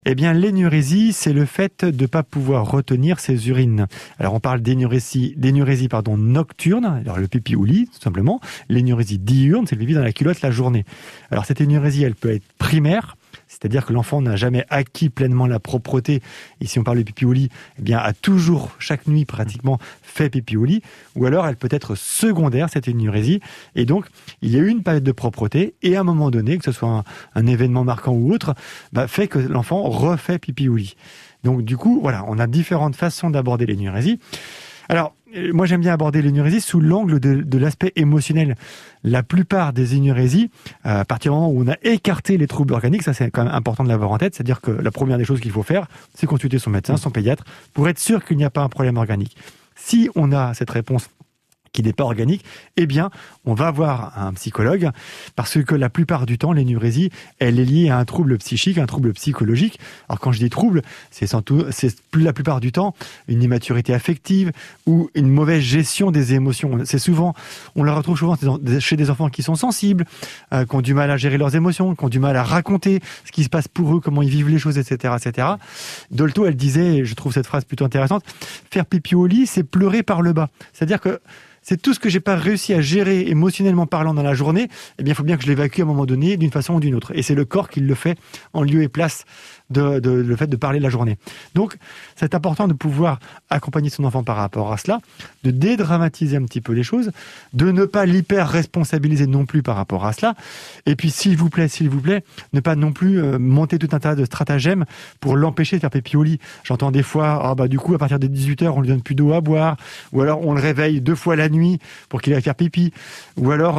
Eh bien, l'énurésie, c'est le fait de ne pas pouvoir retenir ses urines. Alors, on parle d'énurésie nocturne, alors le pipi au lit, tout simplement. L'énurésie diurne, c'est le pipi dans la culotte la journée. Alors, cette énurésie, elle peut être primaire, c'est-à-dire que l'enfant n'a jamais acquis pleinement la propreté. Et si on parle de pipi au lit, eh bien, a toujours, chaque nuit pratiquement, fait pipi au lit. Ou alors, elle peut être secondaire, cette énurésie. Et donc, il y a eu une période de propreté. Et à un moment donné, que ce soit un événement marquant ou autre, fait que l'enfant refait pipi au lit. Donc, du coup, voilà, on a différentes façons d'aborder l'énurésie. Alors, moi, j'aime bien aborder l'énurésie sous l'angle de l'aspect émotionnel. La plupart des énurésies, à partir du moment où on a écarté les troubles organiques, ça c'est quand même important de l'avoir en tête, c'est-à-dire que la première des choses qu'il faut faire, c'est consulter son médecin, son pédiatre, pour être sûr qu'il n'y a pas un problème organique. Si on a cette réponse qui n'est pas organique, eh bien, on va voir un psychologue, parce que la plupart du temps, l'énurésie, elle est liée à un trouble psychique, un trouble psychologique. Alors, quand je dis trouble, c'est la plupart du temps une immaturité affective ou une mauvaise gestion des émotions. On la retrouve souvent chez des enfants qui sont sensibles, qui ont du mal à gérer leurs émotions, qui ont du mal à raconter ce qui se passe pour eux, comment ils vivent les choses, etc., etc. Dolto, elle disait, et je trouve cette phrase plutôt intéressante, faire pipi au lit, c'est pleurer par le bas. C'est-à-dire que c'est tout ce que j'ai pas réussi à gérer émotionnellement parlant dans la journée, eh bien, il faut bien que je l'évacue à un moment donné, d'une façon ou d'une autre. Et c'est le corps qui le fait en lieu et place le fait de parler de la journée. Donc, c'est important de pouvoir accompagner son enfant par rapport à cela, de dédramatiser un petit peu les choses, de ne pas l'hyper-responsabiliser non plus par rapport à cela. Et puis, s'il vous plaît, ne pas non plus monter tout un tas de stratagèmes pour l'empêcher de faire pipi au lit. J'entends des fois, du coup, à partir de 18h, on lui donne plus d'eau à boire, ou alors on le réveille 2 fois la nuit pour qu'il aille faire pipi, ou alors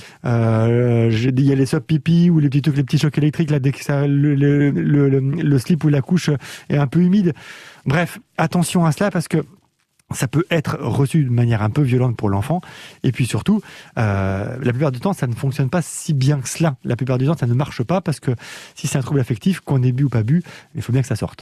il y a les sop pipi ou les petits chocs électriques là, dès que le slip ou la couche est un peu humide. Bref, attention à cela parce que ça peut être reçu de manière un peu violente pour l'enfant. Et puis surtout, la plupart du temps, ça ne fonctionne pas si bien que cela. La plupart du temps, ça ne marche pas parce que si c'est un trouble affectif, qu'on ait bu ou pas bu, il faut bien que ça sorte.